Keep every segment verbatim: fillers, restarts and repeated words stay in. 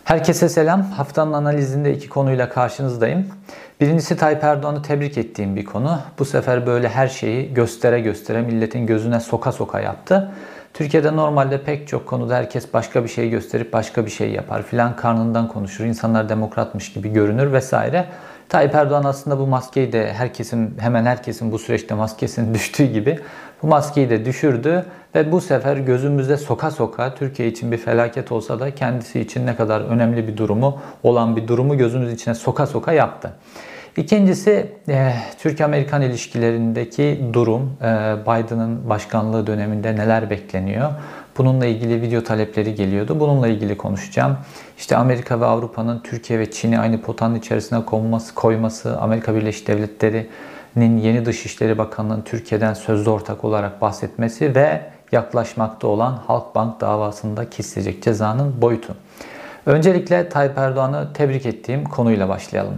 Herkese selam. Haftanın analizinde iki konuyla karşınızdayım. Birincisi Tayyip Erdoğan'ı tebrik ettiğim bir konu. Bu sefer böyle her şeyi göstere göstere milletin gözüne soka soka yaptı. Türkiye'de normalde pek çok konuda herkes başka bir şey gösterip başka bir şey yapar filan, karnından konuşur. İnsanlar demokratmış gibi görünür vesaire. Tayyip Erdoğan aslında bu maskeyi de herkesin hemen herkesin bu süreçte maskesinin düştüğü gibi bu maskeyi de düşürdü ve bu sefer gözümüzde soka soka Türkiye için bir felaket olsa da kendisi için ne kadar önemli bir durumu olan bir durumu gözümüz içine soka soka yaptı. İkincisi Türk-Amerikan ilişkilerindeki durum, Biden'ın başkanlığı döneminde neler bekleniyor? Bununla ilgili video talepleri geliyordu. Bununla ilgili konuşacağım. İşte Amerika ve Avrupa'nın Türkiye ve Çin'i aynı potanın içerisine konması, koyması, Amerika Birleşik Devletleri'nin yeni Dışişleri Bakanı'nın Türkiye'den sözlü ortak olarak bahsetmesi ve yaklaşmakta olan Halkbank davasında kesilecek cezanın boyutu. Öncelikle Tayyip Erdoğan'ı tebrik ettiğim konuyla başlayalım.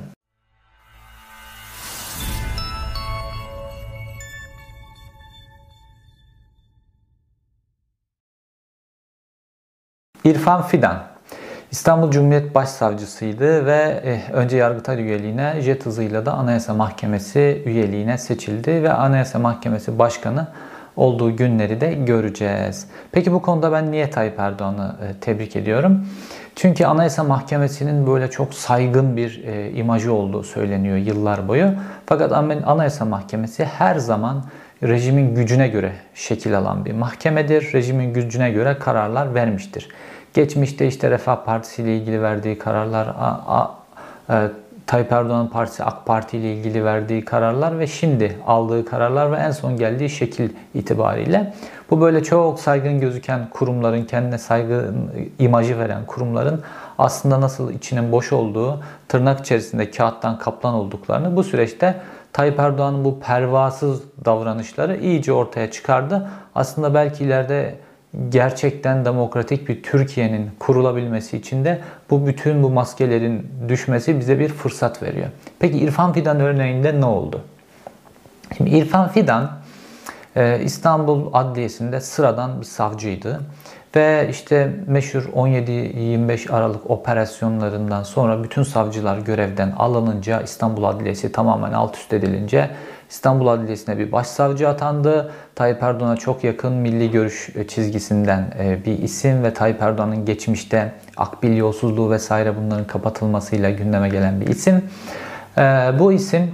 İrfan Fidan, İstanbul Cumhuriyet Başsavcısıydı ve önce Yargıtay üyeliğine, jet hızıyla da Anayasa Mahkemesi üyeliğine seçildi ve Anayasa Mahkemesi Başkanı olduğu günleri de göreceğiz. Peki bu konuda ben niye Tayyip Erdoğan'ı tebrik ediyorum? Çünkü Anayasa Mahkemesi'nin böyle çok saygın bir e, imajı olduğu söyleniyor yıllar boyu. Fakat Anayasa Mahkemesi her zaman rejimin gücüne göre şekil alan bir mahkemedir. Rejimin gücüne göre kararlar vermiştir. Geçmişte işte Refah Partisi ile ilgili verdiği kararlar, a, a, e, Tayyip Erdoğan'ın partisi AK Parti ile ilgili verdiği kararlar ve şimdi aldığı kararlar ve en son geldiği şekil itibariyle bu böyle çok saygın gözüken kurumların, kendine saygın imajı veren kurumların aslında nasıl içinin boş olduğu, tırnak içerisinde kağıttan kaplan olduklarını bu süreçte Tayyip Erdoğan'ın bu pervasız davranışları iyice ortaya çıkardı. Aslında belki ileride gerçekten demokratik bir Türkiye'nin kurulabilmesi için de bu bütün bu maskelerin düşmesi bize bir fırsat veriyor. Peki İrfan Fidan örneğinde ne oldu? Şimdi İrfan Fidan İstanbul Adliyesi'nde sıradan bir savcıydı. Ve işte meşhur on yedi yirmi beş Aralık operasyonlarından sonra bütün savcılar görevden alınınca, İstanbul Adliyesi tamamen alt üst edilince İstanbul Adliyesi'ne bir başsavcı atandı. Tayyip Erdoğan'a çok yakın milli görüş çizgisinden bir isim ve Tayyip Erdoğan'ın geçmişte Akbil yolsuzluğu vesaire bunların kapatılmasıyla gündeme gelen bir isim. Bu isim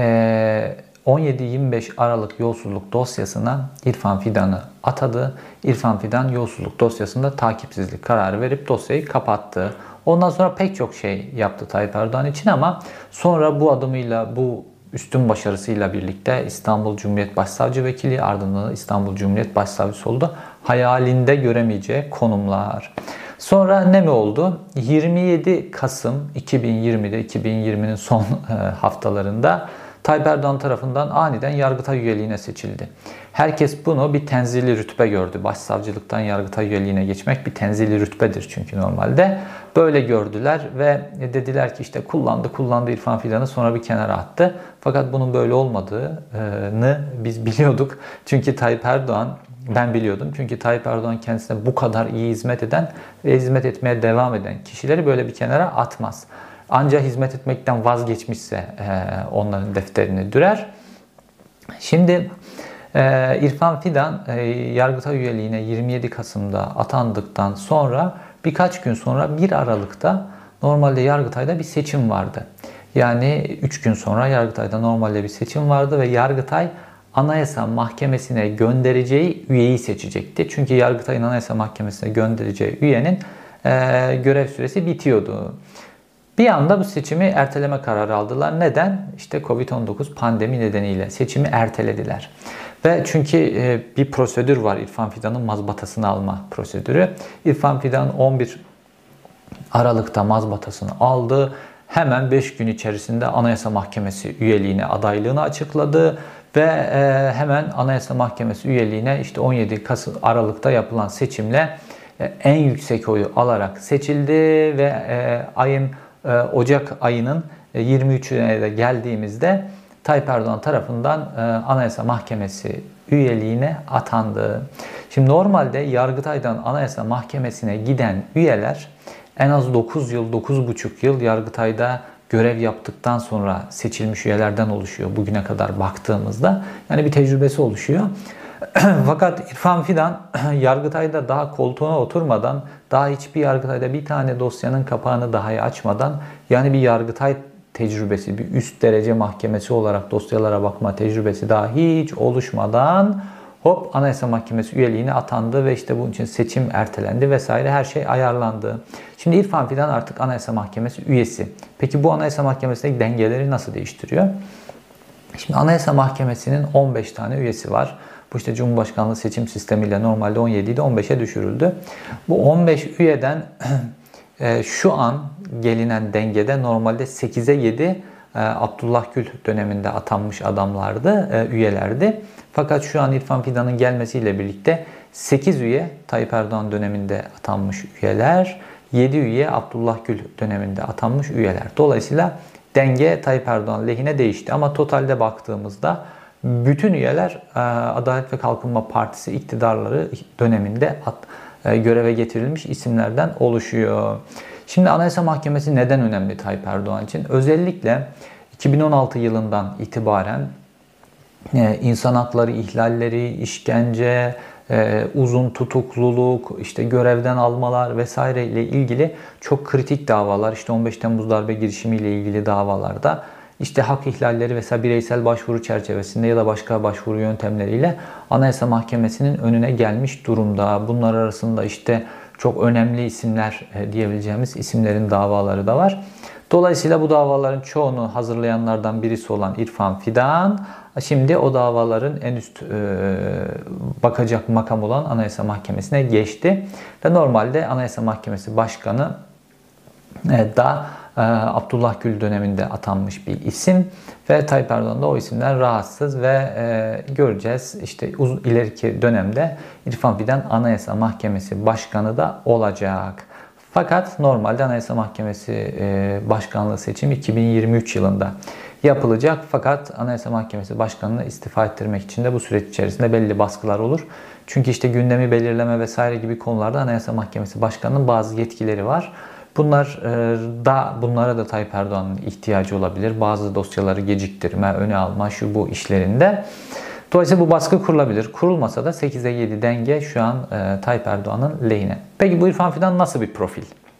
on yedi yirmi beş Aralık yolsuzluk dosyasına İrfan Fidan'ı atadı. İrfan Fidan yolsuzluk dosyasında takipsizlik kararı verip dosyayı kapattı. Ondan sonra pek çok şey yaptı Tayyip Erdoğan için ama sonra bu adımıyla, bu üstün başarısıyla birlikte İstanbul Cumhuriyet Başsavcı Vekili, ardından İstanbul Cumhuriyet Başsavcısı oldu. Hayalinde göremeyeceği konumlar. Sonra ne mi oldu? yirmi yedi Kasım iki bin yirmide, iki bin yirminin son haftalarında Tayyip Erdoğan tarafından aniden Yargıtay üyeliğine seçildi. Herkes bunu bir tenzili rütbe gördü. Başsavcılıktan Yargıtay üyeliğine geçmek bir tenzili rütbedir çünkü normalde. Böyle gördüler ve dediler ki işte kullandı kullandı İrfan Fidan'ı, sonra bir kenara attı. Fakat bunun böyle olmadığını biz biliyorduk. Çünkü Tayyip Erdoğan, ben biliyordum. Çünkü Tayyip Erdoğan kendisine bu kadar iyi hizmet eden ve hizmet etmeye devam eden kişileri böyle bir kenara atmaz. Ancak hizmet etmekten vazgeçmişse onların defterini dürer. Şimdi İrfan Fidan Yargıtay üyeliğine yirmi yedi Kasım'da atandıktan sonra birkaç gün sonra bir Aralık'ta normalde Yargıtay'da bir seçim vardı. Yani üç gün sonra Yargıtay'da normalde bir seçim vardı ve Yargıtay Anayasa Mahkemesi'ne göndereceği üyeyi seçecekti. Çünkü Yargıtay'ın Anayasa Mahkemesi'ne göndereceği üyenin görev süresi bitiyordu. Bir anda bu seçimi erteleme kararı aldılar. Neden? İşte kovid on dokuz pandemi nedeniyle seçimi ertelediler. Ve çünkü bir prosedür var, İrfan Fidan'ın mazbatasını alma prosedürü. İrfan Fidan on bir Aralık'ta mazbatasını aldı. Hemen beş gün içerisinde Anayasa Mahkemesi üyeliğine adaylığını açıkladı. Ve hemen Anayasa Mahkemesi üyeliğine işte on yedi Kasım Aralık'ta yapılan seçimle en yüksek oyu alarak seçildi ve ayın Ocak ayının yirmi üçüne de geldiğimizde Tayyip Erdoğan tarafından Anayasa Mahkemesi üyeliğine atandı. Şimdi normalde Yargıtay'dan Anayasa Mahkemesi'ne giden üyeler en az dokuz yıl, dokuz buçuk yıl Yargıtay'da görev yaptıktan sonra seçilmiş üyelerden oluşuyor bugüne kadar baktığımızda. Yani bir tecrübesi oluşuyor. Fakat İrfan Fidan Yargıtay'da daha koltuğuna oturmadan, daha hiçbir Yargıtay'da bir tane dosyanın kapağını dahi açmadan, yani bir Yargıtay tecrübesi, bir üst derece mahkemesi olarak dosyalara bakma tecrübesi daha hiç oluşmadan hop Anayasa Mahkemesi üyeliğine atandı ve işte bunun için seçim ertelendi vesaire, her şey ayarlandı. Şimdi İrfan Fidan artık Anayasa Mahkemesi üyesi. Peki bu Anayasa Mahkemesi'ndeki dengeleri nasıl değiştiriyor? Şimdi Anayasa Mahkemesi'nin on beş tane üyesi var. Bu işte Cumhurbaşkanlığı seçim sistemiyle normalde on yedi idi, on beşe düşürüldü. Bu on beş üyeden şu an gelinen dengede normalde sekize yedi Abdullah Gül döneminde atanmış adamlardı, üyelerdi. Fakat şu an İrfan Fidan'ın gelmesiyle birlikte sekiz üye Tayyip Erdoğan döneminde atanmış üyeler, yedi üye Abdullah Gül döneminde atanmış üyeler. Dolayısıyla denge Tayyip Erdoğan lehine değişti. Ama totalde baktığımızda bütün üyeler Adalet ve Kalkınma Partisi iktidarları döneminde göreve getirilmiş isimlerden oluşuyor. Şimdi Anayasa Mahkemesi neden önemli Tayyip Erdoğan için? Özellikle iki bin on altı yılından itibaren insan hakları ihlalleri, işkence, uzun tutukluluk, işte görevden almalar vesaire ile ilgili çok kritik davalar, işte on beş Temmuz darbe girişimi ile ilgili davalarda işte hak ihlalleri vesaire bireysel başvuru çerçevesinde ya da başka başvuru yöntemleriyle Anayasa Mahkemesi'nin önüne gelmiş durumda. Bunlar arasında işte çok önemli isimler diyebileceğimiz isimlerin davaları da var. Dolayısıyla bu davaların çoğunu hazırlayanlardan birisi olan İrfan Fidan şimdi o davaların en üst e, bakacak makam olan Anayasa Mahkemesi'ne geçti. Ve normalde Anayasa Mahkemesi Başkanı e, da e, Abdullah Gül döneminde atanmış bir isim ve Tayyip Erdoğan da o isimden rahatsız ve e, göreceğiz işte uzun, ileriki dönemde İrfan Fidan Anayasa Mahkemesi Başkanı da olacak. Fakat normalde Anayasa Mahkemesi e, Başkanlığı seçimi iki bin yirmi üç yılında yapılacak. Fakat Anayasa Mahkemesi Başkanı'nı istifa ettirmek için de bu süreç içerisinde belli baskılar olur. Çünkü işte gündemi belirleme vesaire gibi konularda Anayasa Mahkemesi Başkanı'nın bazı yetkileri var. Bunlar da bunlara da Tayyip Erdoğan'ın ihtiyacı olabilir. Bazı dosyaları geciktirme, öne alma, şu bu işlerinde. Dolayısıyla bu baskı kurulabilir. Kurulmasa da sekize yedi denge şu an e, Tayyip Erdoğan'ın lehine. Peki bu İrfan Fidan nasıl bir profil?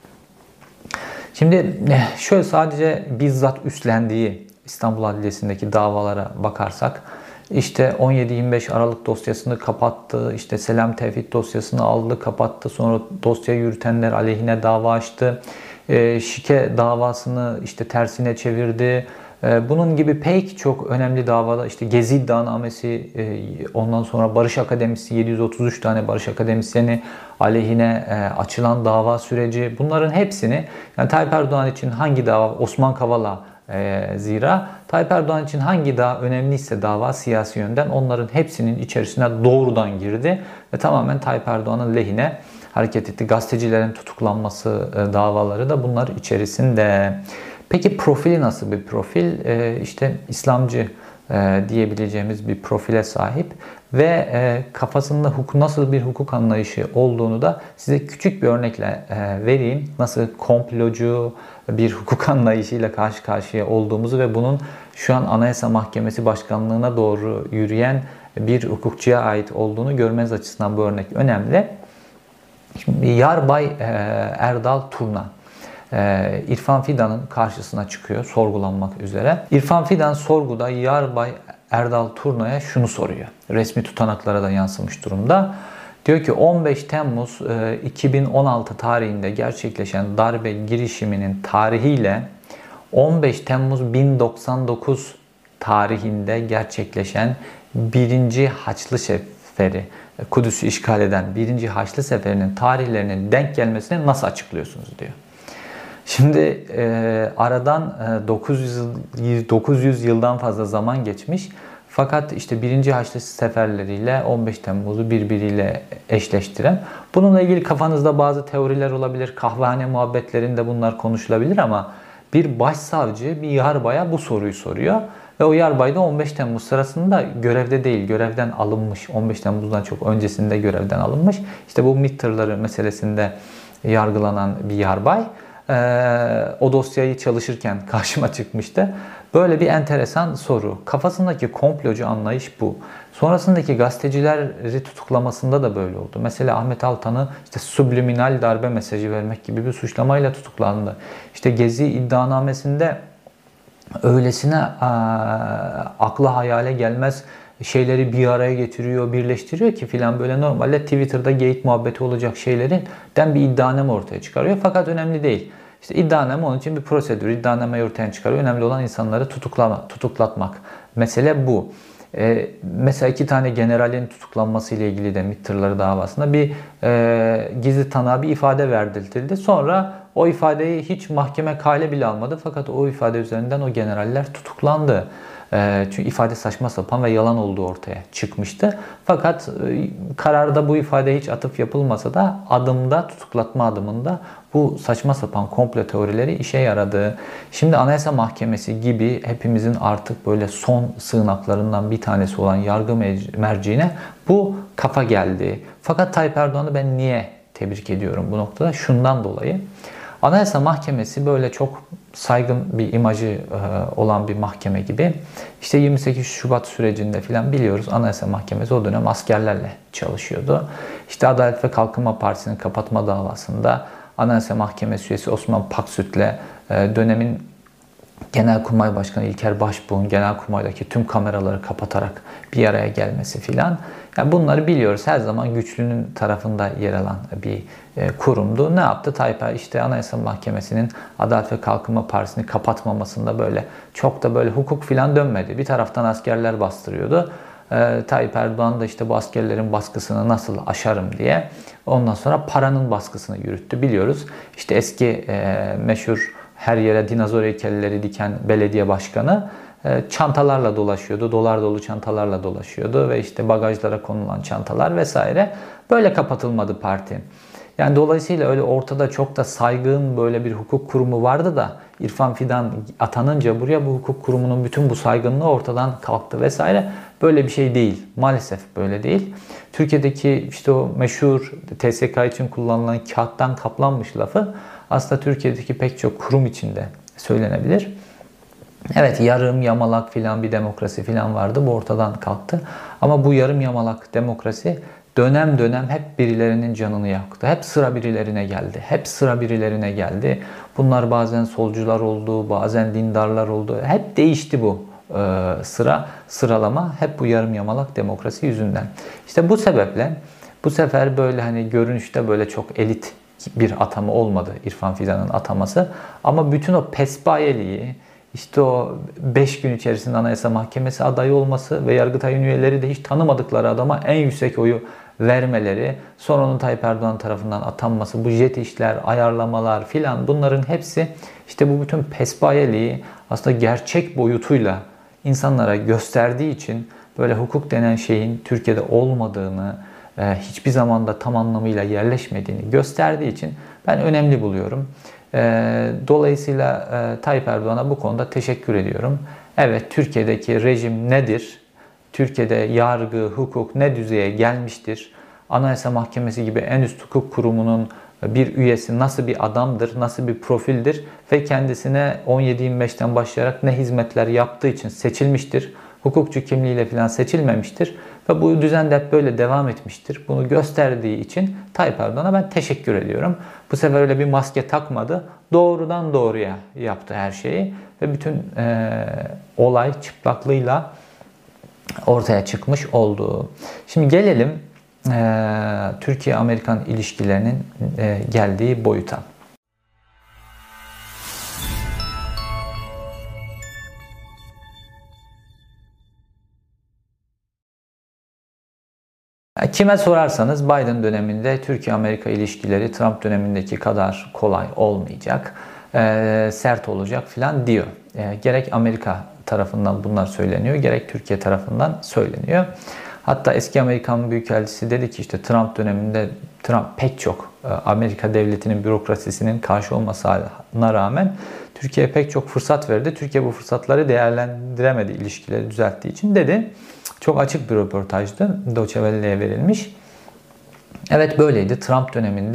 Şimdi şöyle sadece bizzat üstlendiği İstanbul Adliyesi'ndeki davalara bakarsak işte on yedi yirmi beş Aralık dosyasını kapattı, işte Selam Tevfik dosyasını aldı, kapattı, sonra dosya yürütenler aleyhine dava açtı, e, şike davasını işte tersine çevirdi. Bunun gibi pek çok önemli davada işte Gezi iddianamesi, ondan sonra Barış Akademisi, yedi yüz otuz üç tane Barış Akademisyeni aleyhine açılan dava süreci, bunların hepsini yani Tayyip Erdoğan için hangi dava, Osman Kavala zira Tayyip Erdoğan için hangi daha önemliyse dava siyasi yönden onların hepsinin içerisine doğrudan girdi ve tamamen Tayyip Erdoğan'ın lehine hareket etti. Gazetecilerin tutuklanması davaları da bunlar içerisinde. Peki profili nasıl bir profil? Ee, işte İslamcı e, diyebileceğimiz bir profile sahip ve e, kafasında hukuk, nasıl bir hukuk anlayışı olduğunu da size küçük bir örnekle e, vereyim. Nasıl komplocu bir hukuk anlayışıyla karşı karşıya olduğumuzu ve bunun şu an Anayasa Mahkemesi Başkanlığı'na doğru yürüyen bir hukukçuya ait olduğunu görmeniz açısından bu örnek önemli. Şimdi Yarbay e, Erdal Turna İrfan Fidan'ın karşısına çıkıyor sorgulanmak üzere. İrfan Fidan sorguda Yarbay Erdal Turna'ya şunu soruyor. Resmi tutanaklara da yansımış durumda. Diyor ki on beş Temmuz iki bin on altı tarihinde gerçekleşen darbe girişiminin tarihiyle on beş Temmuz bin doksan dokuz tarihinde gerçekleşen birinci Haçlı Seferi, Kudüs'ü işgal eden birinci Haçlı Seferi'nin tarihlerinin denk gelmesini nasıl açıklıyorsunuz diyor. Şimdi e, aradan e, dokuz yüz, dokuz yüz yıldan fazla zaman geçmiş. Fakat işte birinci Haçlı seferleriyle on beş Temmuz'u birbiriyle eşleştiren. Bununla ilgili kafanızda bazı teoriler olabilir. Kahvehane muhabbetlerinde bunlar konuşulabilir ama bir başsavcı bir yarbaya bu soruyu soruyor. Ve o yarbay da on beş Temmuz sırasında görevde değil, görevden alınmış. on beş Temmuz'dan çok öncesinde görevden alınmış. İşte bu MİT tırları meselesinde yargılanan bir yarbay. Ee, o dosyayı çalışırken karşıma çıkmıştı. Böyle bir enteresan soru. Kafasındaki komplocu anlayış bu. Sonrasındaki gazetecileri tutuklamasında da böyle oldu. Mesela Ahmet Altan'ı işte subliminal darbe mesajı vermek gibi bir suçlamayla tutuklandı. İşte Gezi iddianamesinde öylesine a, akla hayale gelmez şeyleri bir araya getiriyor, birleştiriyor ki filan, böyle normalde Twitter'da geyik muhabbeti olacak şeylerden bir iddianame ortaya çıkarıyor. Fakat önemli değil. İşte iddianame onun için bir prosedür. İddianameyi ortaya çıkarıyor. Önemli olan insanları tutuklama, tutuklatmak. Mesele bu. Ee, mesela iki tane generalin tutuklanması ile ilgili de MİT tırları davasında bir e, gizli tanığa bir ifade verdirildi. Sonra o ifadeyi hiç mahkeme kale bile almadı. Fakat o ifade üzerinden o generaller tutuklandı. E, çünkü ifade saçma sapan ve yalan olduğu ortaya çıkmıştı. Fakat e, kararda bu ifade hiç atıf yapılmasa da adımda, tutuklatma adımında bu saçma sapan komplo teorileri işe yaradı. Şimdi Anayasa Mahkemesi gibi hepimizin artık böyle son sığınaklarından bir tanesi olan yargı merciine bu kafa geldi. Fakat Tayyip Erdoğan'ı ben niye tebrik ediyorum bu noktada? Şundan dolayı. Anayasa Mahkemesi böyle çok saygın bir imajı olan bir mahkeme gibi. İşte yirmi sekiz Şubat sürecinde filan biliyoruz Anayasa Mahkemesi o dönem askerlerle çalışıyordu. İşte Adalet ve Kalkınma Partisi'nin kapatma davasında Anayasa Mahkemesi üyesi Osman Paksüt'le dönemin Genelkurmay Başkanı İlker Başbuğ'un Genelkurmay'daki tüm kameraları kapatarak bir araya gelmesi filan. Yani bunları biliyoruz. Her zaman güçlünün tarafında yer alan bir kurumdu. Ne yaptı? Tayyip Er işte Anayasa Mahkemesi'nin Adalet ve Kalkınma Partisi'ni kapatmamasında böyle çok da böyle hukuk filan dönmedi. Bir taraftan askerler bastırıyordu. Ee, Tayyip Erdoğan da işte bu askerlerin baskısını nasıl aşarım diye ondan sonra paranın baskısını yürüttü. Biliyoruz. İşte eski e, meşhur her yere dinozor heykelleri diken belediye başkanı çantalarla dolaşıyordu. Dolar dolu çantalarla dolaşıyordu ve işte bagajlara konulan çantalar vesaire. Böyle kapatılmadı parti. Yani dolayısıyla öyle ortada çok da saygın böyle bir hukuk kurumu vardı da İrfan Fidan atanınca buraya bu hukuk kurumunun bütün bu saygınlığı ortadan kalktı vesaire. Böyle bir şey değil. Maalesef böyle değil. Türkiye'deki işte o meşhur T S K için kullanılan kağıttan kaplanmış lafı aslında Türkiye'deki pek çok kurum içinde söylenebilir. Evet, yarım yamalak filan bir demokrasi filan vardı. Bu ortadan kalktı. Ama bu yarım yamalak demokrasi dönem dönem hep birilerinin canını yaktı. Hep sıra birilerine geldi. Hep sıra birilerine geldi. Bunlar bazen solcular oldu, bazen dindarlar oldu. Hep değişti bu e, sıra, sıralama. Hep bu yarım yamalak demokrasi yüzünden. İşte bu sebeple bu sefer böyle hani görünüşte böyle çok elit bir atama olmadı İrfan Fidan'ın ataması. Ama bütün o pesbayeliği, İşte o beş gün içerisinde Anayasa Mahkemesi adayı olması ve Yargıtay'ın üyeleri de hiç tanımadıkları adama en yüksek oyu vermeleri, sonra onun Tayyip Erdoğan tarafından atanması, bu jet işler, ayarlamalar filan, bunların hepsi işte bu bütün pesbayeliği aslında gerçek boyutuyla insanlara gösterdiği için böyle hukuk denen şeyin Türkiye'de olmadığını, hiçbir zamanda tam anlamıyla yerleşmediğini gösterdiği için ben önemli buluyorum. Dolayısıyla Tayyip Erdoğan'a bu konuda teşekkür ediyorum. Evet, Türkiye'deki rejim nedir? Türkiye'de yargı, hukuk ne düzeye gelmiştir? Anayasa Mahkemesi gibi en üst hukuk kurumunun bir üyesi nasıl bir adamdır, nasıl bir profildir ve kendisine on yedi yirmi beşten başlayarak ne hizmetler yaptığı için seçilmiştir. Hukukçu kimliğiyle falan seçilmemiştir ve bu düzen de hep böyle devam etmiştir. Bunu gösterdiği için Tayyip Erdoğan'a ben teşekkür ediyorum. Bu sefer öyle bir maske takmadı. Doğrudan doğruya yaptı her şeyi ve bütün e, olay çıplaklığıyla ortaya çıkmış oldu. Şimdi gelelim e, Türkiye-Amerikan ilişkilerinin e, geldiği boyuta. Kime sorarsanız Biden döneminde Türkiye-Amerika ilişkileri Trump dönemindeki kadar kolay olmayacak, e, sert olacak filan diyor. E, gerek Amerika tarafından bunlar söyleniyor, gerek Türkiye tarafından söyleniyor. Hatta eski Amerikan Büyükelçisi dedi ki işte Trump döneminde Trump pek çok e, Amerika devletinin bürokrasisinin karşı olmasına rağmen Türkiye'ye pek çok fırsat verdi. Türkiye bu fırsatları değerlendiremedi ilişkileri düzelttiği için dedi. Çok açık bir röportajdı. Deutsche Welle'ye verilmiş. Evet, böyleydi. Trump döneminde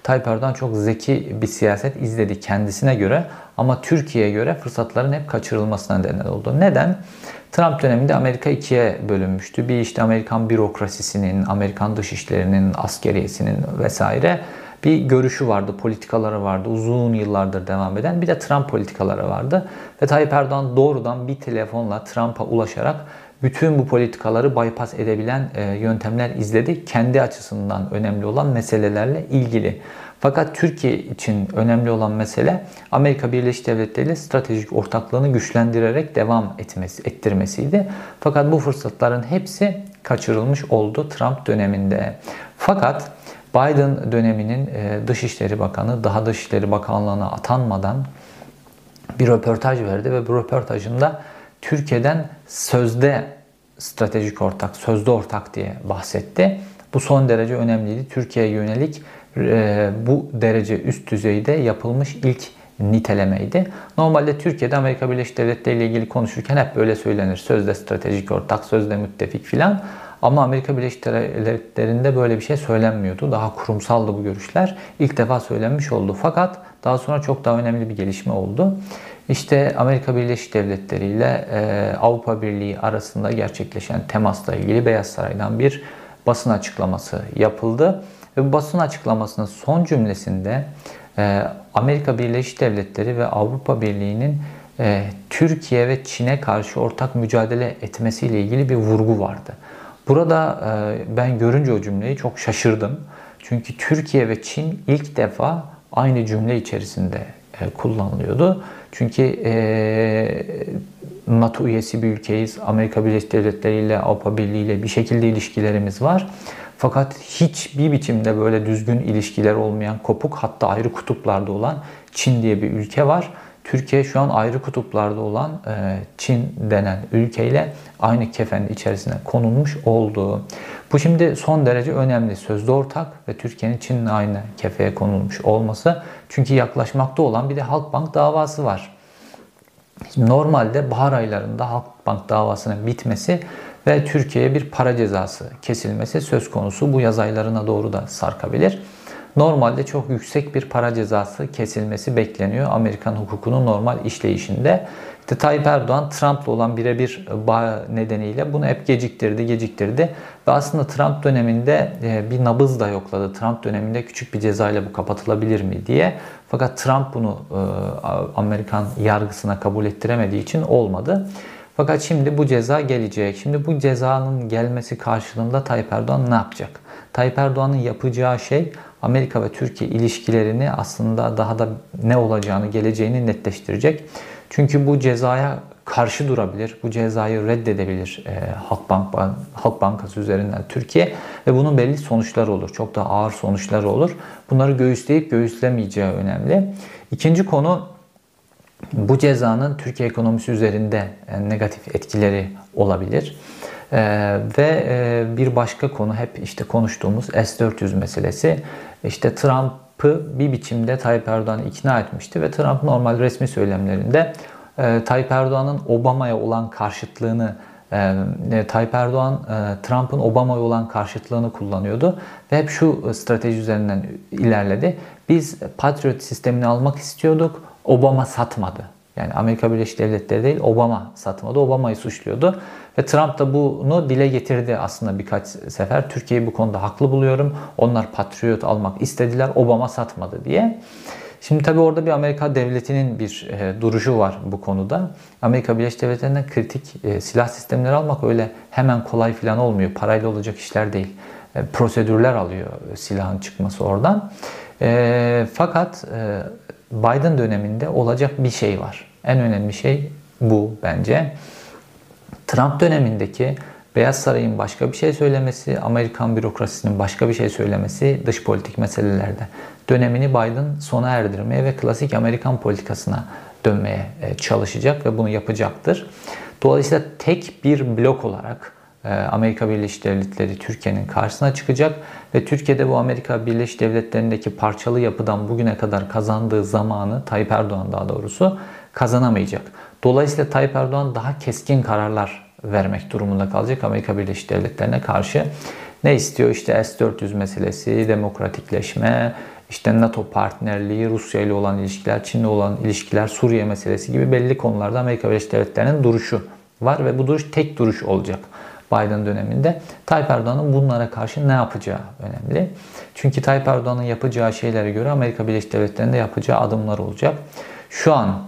Tayyip Erdoğan çok zeki bir siyaset izledi kendisine göre ama Türkiye'ye göre fırsatların hep kaçırılmasına neden oldu. Neden? Trump döneminde Amerika ikiye bölünmüştü. Bir işte Amerikan bürokrasisinin, Amerikan dışişlerinin, askeriyesinin vesaire bir görüşü vardı, politikaları vardı. Uzun yıllardır devam eden. Bir de Trump politikaları vardı. Ve Tayyip Erdoğan doğrudan bir telefonla Trump'a ulaşarak bütün bu politikaları bypass edebilen yöntemler izledi. Kendi açısından önemli olan meselelerle ilgili. Fakat Türkiye için önemli olan mesele Amerika Birleşik Devletleri ile stratejik ortaklığını güçlendirerek devam etmesi, ettirmesiydi. Fakat bu fırsatların hepsi kaçırılmış oldu Trump döneminde. Fakat Biden döneminin Dışişleri Bakanı daha Dışişleri Bakanlığı'na atanmadan bir röportaj verdi ve bu röportajında Türkiye'den sözde stratejik ortak, sözde ortak diye bahsetti. Bu son derece önemliydi. Türkiye'ye yönelik e, bu derece üst düzeyde yapılmış ilk nitelemeydi. Normalde Türkiye'de Amerika Birleşik Devletleri ile ilgili konuşurken hep böyle söylenir. Sözde stratejik ortak, sözde müttefik filan. Ama Amerika Birleşik Devletleri'nde böyle bir şey söylenmiyordu. Daha kurumsaldı bu görüşler. İlk defa söylenmiş oldu. Fakat daha sonra çok daha önemli bir gelişme oldu. İşte Amerika Birleşik Devletleri ile e, Avrupa Birliği arasında gerçekleşen temasla ilgili Beyaz Saray'dan bir basın açıklaması yapıldı. Ve bu basın açıklamasının son cümlesinde e, Amerika Birleşik Devletleri ve Avrupa Birliği'nin e, Türkiye ve Çin'e karşı ortak mücadele etmesiyle ilgili bir vurgu vardı. Burada e, ben görünce o cümleyi çok şaşırdım. Çünkü Türkiye ve Çin ilk defa aynı cümle içerisinde e, kullanılıyordu. Çünkü e, NATO üyesi bir ülkeyiz. Amerika Birleşik Devletleri ile Avrupa Birliği ile bir şekilde ilişkilerimiz var. Fakat hiçbir biçimde böyle düzgün ilişkiler olmayan, kopuk, hatta ayrı kutuplarda olan Çin diye bir ülke var. Türkiye şu an ayrı kutuplarda olan Çin denen ülkeyle aynı kefenin içerisine konulmuş oldu. Bu şimdi son derece önemli. Sözde ortak ve Türkiye'nin Çin'le aynı kefeye konulmuş olması. Çünkü yaklaşmakta olan bir de Halkbank davası var. Normalde bahar aylarında Halkbank davasının bitmesi ve Türkiye'ye bir para cezası kesilmesi söz konusu. Bu yaz aylarına doğru da sarkabilir. Normalde çok yüksek bir para cezası kesilmesi bekleniyor Amerikan hukukunun normal işleyişinde. İşte Tayyip Erdoğan Trump'la olan birebir bağ nedeniyle bunu hep geciktirdi, geciktirdi. Ve aslında Trump döneminde bir nabız da yokladı. Trump döneminde küçük bir cezayla bu kapatılabilir mi diye. Fakat Trump bunu Amerikan yargısına kabul ettiremediği için olmadı. Fakat şimdi bu ceza gelecek. Şimdi bu cezanın gelmesi karşılığında Tayyip Erdoğan ne yapacak? Tayyip Erdoğan'ın yapacağı şey Amerika ve Türkiye ilişkilerini aslında daha da ne olacağını, geleceğini netleştirecek. Çünkü bu cezaya karşı durabilir, bu cezayı reddedebilir e, Halkbank, Halk Bankası üzerinden Türkiye ve bunun belli sonuçları olur. Çok daha ağır sonuçları olur. Bunları göğüsleyip göğüslemeyeceği önemli. İkinci konu, bu cezanın Türkiye ekonomisi üzerinde negatif etkileri olabilir. Ee, ve e, bir başka konu hep işte konuştuğumuz S dört yüz meselesi. İşte Trump'ı bir biçimde Tayyip Erdoğan'ı ikna etmişti ve Trump normal resmi söylemlerinde e, Tayyip Erdoğan'ın Obama'ya olan karşıtlığını e, Tayyip Erdoğan e, Trump'ın Obama'ya olan karşıtlığını kullanıyordu ve hep şu strateji üzerinden ilerledi. Biz Patriot sistemini almak istiyorduk. Obama satmadı. Yani Amerika Birleşik Devletleri değil, Obama satmadı. Obama'yı suçluyordu. Ve Trump da bunu dile getirdi aslında birkaç sefer. Türkiye'yi bu konuda haklı buluyorum. Onlar Patriot almak istediler, Obama satmadı diye. Şimdi tabii orada bir Amerika devletinin bir e, duruşu var bu konuda. Amerika Birleşik Devletleri'nden kritik e, silah sistemleri almak öyle hemen kolay falan olmuyor. Parayla olacak işler değil. E, prosedürler alıyor silahın çıkması oradan. E, fakat e, Biden döneminde olacak bir şey var. En önemli şey bu bence. Trump dönemindeki Beyaz Saray'ın başka bir şey söylemesi, Amerikan bürokrasisinin başka bir şey söylemesi dış politik meselelerde dönemini Biden sona erdirmeye ve klasik Amerikan politikasına dönmeye çalışacak ve bunu yapacaktır. Dolayısıyla tek bir blok olarak Amerika Birleşik Devletleri Türkiye'nin karşısına çıkacak ve Türkiye'de bu Amerika Birleşik Devletleri'ndeki parçalı yapıdan bugüne kadar kazandığı zamanı, Tayyip Erdoğan daha doğrusu, kazanamayacak. Dolayısıyla Tayyip Erdoğan daha keskin kararlar vermek durumunda kalacak Amerika Birleşik Devletleri'ne karşı. Ne istiyor? İşte S dört yüz meselesi, demokratikleşme, işte NATO partnerliği, Rusya ile olan ilişkiler, Çin'le olan ilişkiler, Suriye meselesi gibi belli konularda Amerika Birleşik Devletleri'nin duruşu var ve bu duruş tek duruş olacak Biden döneminde. Tayyip Erdoğan'ın bunlara karşı ne yapacağı önemli. Çünkü Tayyip Erdoğan'ın yapacağı şeylere göre Amerika Birleşik Devletleri'nin de yapacağı adımlar olacak. Şu an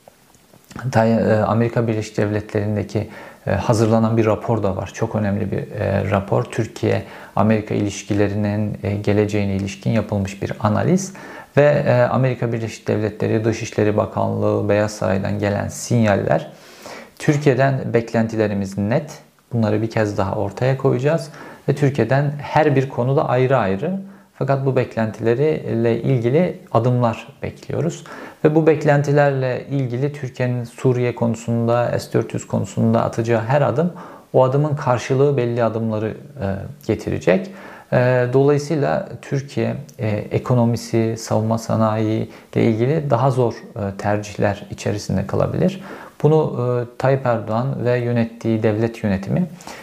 Amerika Birleşik Devletleri'ndeki hazırlanan bir rapor da var. Çok önemli bir rapor. Türkiye-Amerika ilişkilerinin geleceğine ilişkin yapılmış bir analiz. Ve Amerika Birleşik Devletleri Dışişleri Bakanlığı, Beyaz Saray'dan gelen sinyaller. Türkiye'den beklentilerimiz net. Bunları bir kez daha ortaya koyacağız. Ve Türkiye'den her bir konuda ayrı ayrı. Fakat bu beklentilerle ilgili adımlar bekliyoruz. Ve bu beklentilerle ilgili Türkiye'nin Suriye konusunda, S dört yüz konusunda atacağı her adım, o adımın karşılığı belli adımları getirecek. Dolayısıyla Türkiye ekonomisi, savunma sanayi ile ilgili daha zor tercihler içerisinde kalabilir. Bunu Tayyip Erdoğan ve yönettiği devlet yönetimi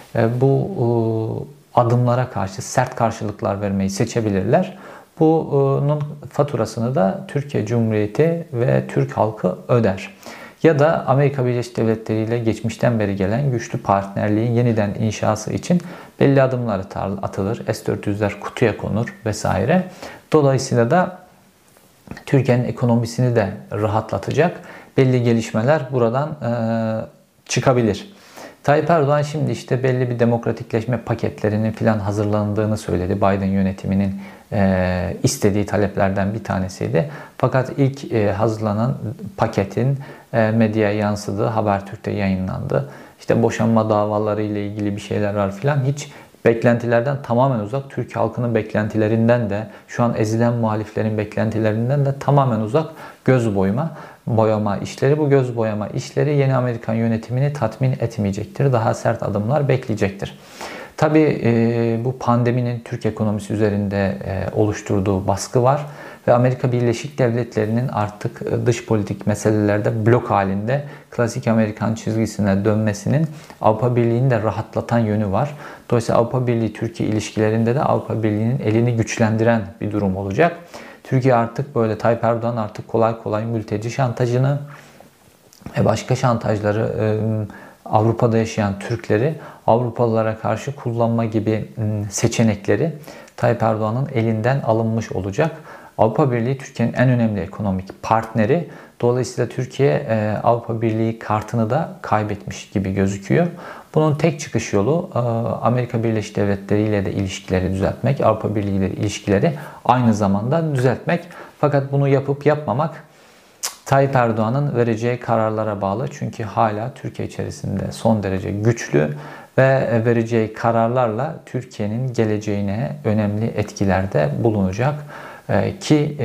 bu adımlara karşı sert karşılıklar vermeyi seçebilirler. Bunun faturasını da Türkiye Cumhuriyeti ve Türk halkı öder. Ya da Amerika Birleşik Devletleri ile geçmişten beri gelen güçlü partnerliğin yeniden inşası için belli adımlar atılır. S dört yüzler kutuya konur vesaire. Dolayısıyla da Türkiye'nin ekonomisini de rahatlatacak belli gelişmeler buradan e, çıkabilir. Tayyip Erdoğan şimdi işte belli bir demokratikleşme paketlerinin filan hazırlandığını söyledi. Biden yönetiminin e, istediği taleplerden bir tanesiydi. Fakat ilk e, hazırlanan paketin e, medyaya yansıdığı Habertürk'te yayınlandı. İşte boşanma davaları ile ilgili bir şeyler var filan. Hiç beklentilerden tamamen uzak. Türk halkının beklentilerinden de, şu an ezilen muhaliflerin beklentilerinden de tamamen uzak göz boyama, boyama işleri. Bu göz boyama işleri yeni Amerikan yönetimini tatmin etmeyecektir. Daha sert adımlar bekleyecektir. Tabii e, bu pandeminin Türk ekonomisi üzerinde e, oluşturduğu baskı var. Ve Amerika Birleşik Devletleri'nin artık dış politik meselelerde blok halinde klasik Amerikan çizgisine dönmesinin Avrupa Birliği'ni de rahatlatan yönü var. Dolayısıyla Avrupa Birliği-Türkiye ilişkilerinde de Avrupa Birliği'nin elini güçlendiren bir durum olacak. Türkiye artık böyle, Tayyip Erdoğan artık kolay kolay mülteci şantajını ve başka şantajları Avrupa'da yaşayan Türkleri Avrupalılara karşı kullanma gibi seçenekleri Tayyip Erdoğan'ın elinden alınmış olacak. Avrupa Birliği Türkiye'nin en önemli ekonomik partneri. Dolayısıyla Türkiye Avrupa Birliği kartını da kaybetmiş gibi gözüküyor. Bunun tek çıkış yolu Amerika Birleşik Devletleri ile de ilişkileri düzeltmek, Avrupa Birliği ile ilişkileri aynı zamanda düzeltmek. Fakat bunu yapıp yapmamak Tayyip Erdoğan'ın vereceği kararlara bağlı. Çünkü hala Türkiye içerisinde son derece güçlü ve vereceği kararlarla Türkiye'nin geleceğine önemli etkilerde bulunacak. Ki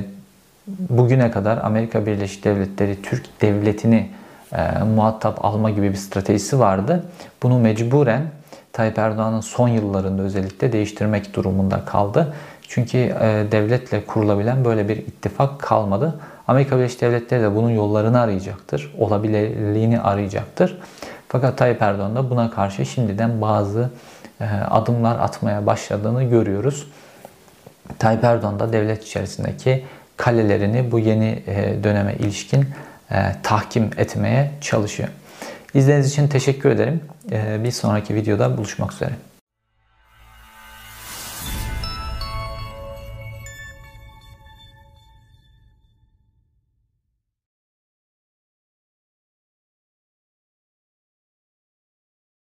bugüne kadar Amerika Birleşik Devletleri Türk devletini muhatap alma gibi bir stratejisi vardı. Bunu mecburen Tayyip Erdoğan'ın son yıllarında özellikle değiştirmek durumunda kaldı. Çünkü devletle kurulabilen böyle bir ittifak kalmadı. Amerika Birleşik Devletleri de bunun yollarını arayacaktır. Olabilirliğini arayacaktır. Fakat Tayyip Erdoğan da buna karşı şimdiden bazı adımlar atmaya başladığını görüyoruz. Tayyip Erdoğan da devlet içerisindeki kalelerini bu yeni döneme ilişkin tahkim etmeye çalışıyor. İzlediğiniz için teşekkür ederim. Bir sonraki videoda buluşmak üzere.